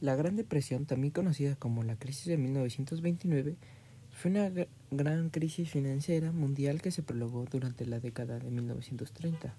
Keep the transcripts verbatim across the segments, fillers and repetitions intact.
La Gran Depresión, también conocida como la crisis de mil novecientos veintinueve, fue una gr- gran crisis financiera mundial que se prolongó durante la década de mil novecientos treinta.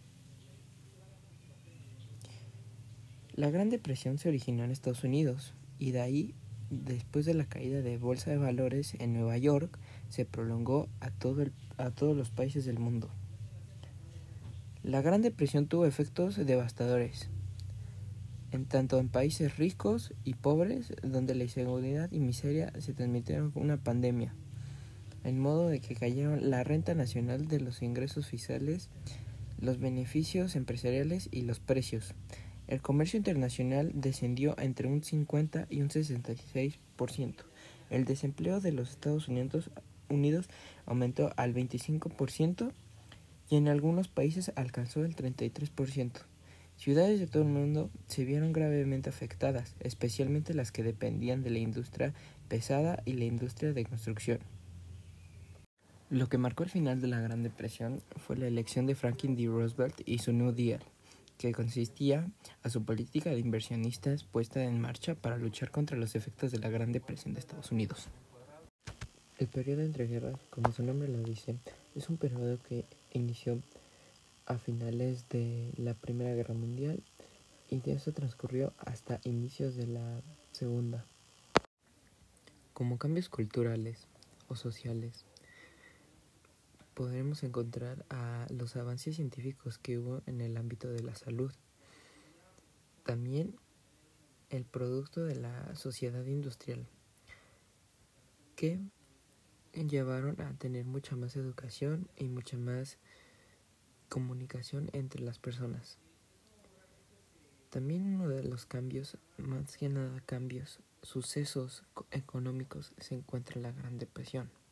La Gran Depresión se originó en Estados Unidos y de ahí, después de la caída de bolsa de valores en Nueva York, se prolongó a, todo el, a todos los países del mundo. La Gran Depresión tuvo efectos devastadores, en tanto en países ricos y pobres, donde la inseguridad y miseria se transmitieron con una pandemia, en modo de que cayeron la renta nacional de los ingresos fiscales, los beneficios empresariales y los precios. El comercio internacional descendió entre un cincuenta y un sesenta y seis por ciento. El desempleo de los Estados Unidos, Unidos aumentó al veinticinco por ciento y en algunos países alcanzó el treinta y tres por ciento. Ciudades de todo el mundo se vieron gravemente afectadas, especialmente las que dependían de la industria pesada y la industria de construcción. Lo que marcó el final de la Gran Depresión fue la elección de Franklin D. Roosevelt y su New Deal, que consistía a su política de inversionistas puesta en marcha para luchar contra los efectos de la Gran Depresión de Estados Unidos. El periodo entre guerras, como su nombre lo dice, es un periodo que inició a finales de la Primera Guerra Mundial y de eso transcurrió hasta inicios de la Segunda. Como cambios culturales o sociales, podremos encontrar a los avances científicos que hubo en el ámbito de la salud. También el producto de la sociedad industrial, que llevaron a tener mucha más educación y mucha más comunicación entre las personas. También uno de los cambios, más que nada cambios, sucesos económicos, se encuentra la Gran Depresión.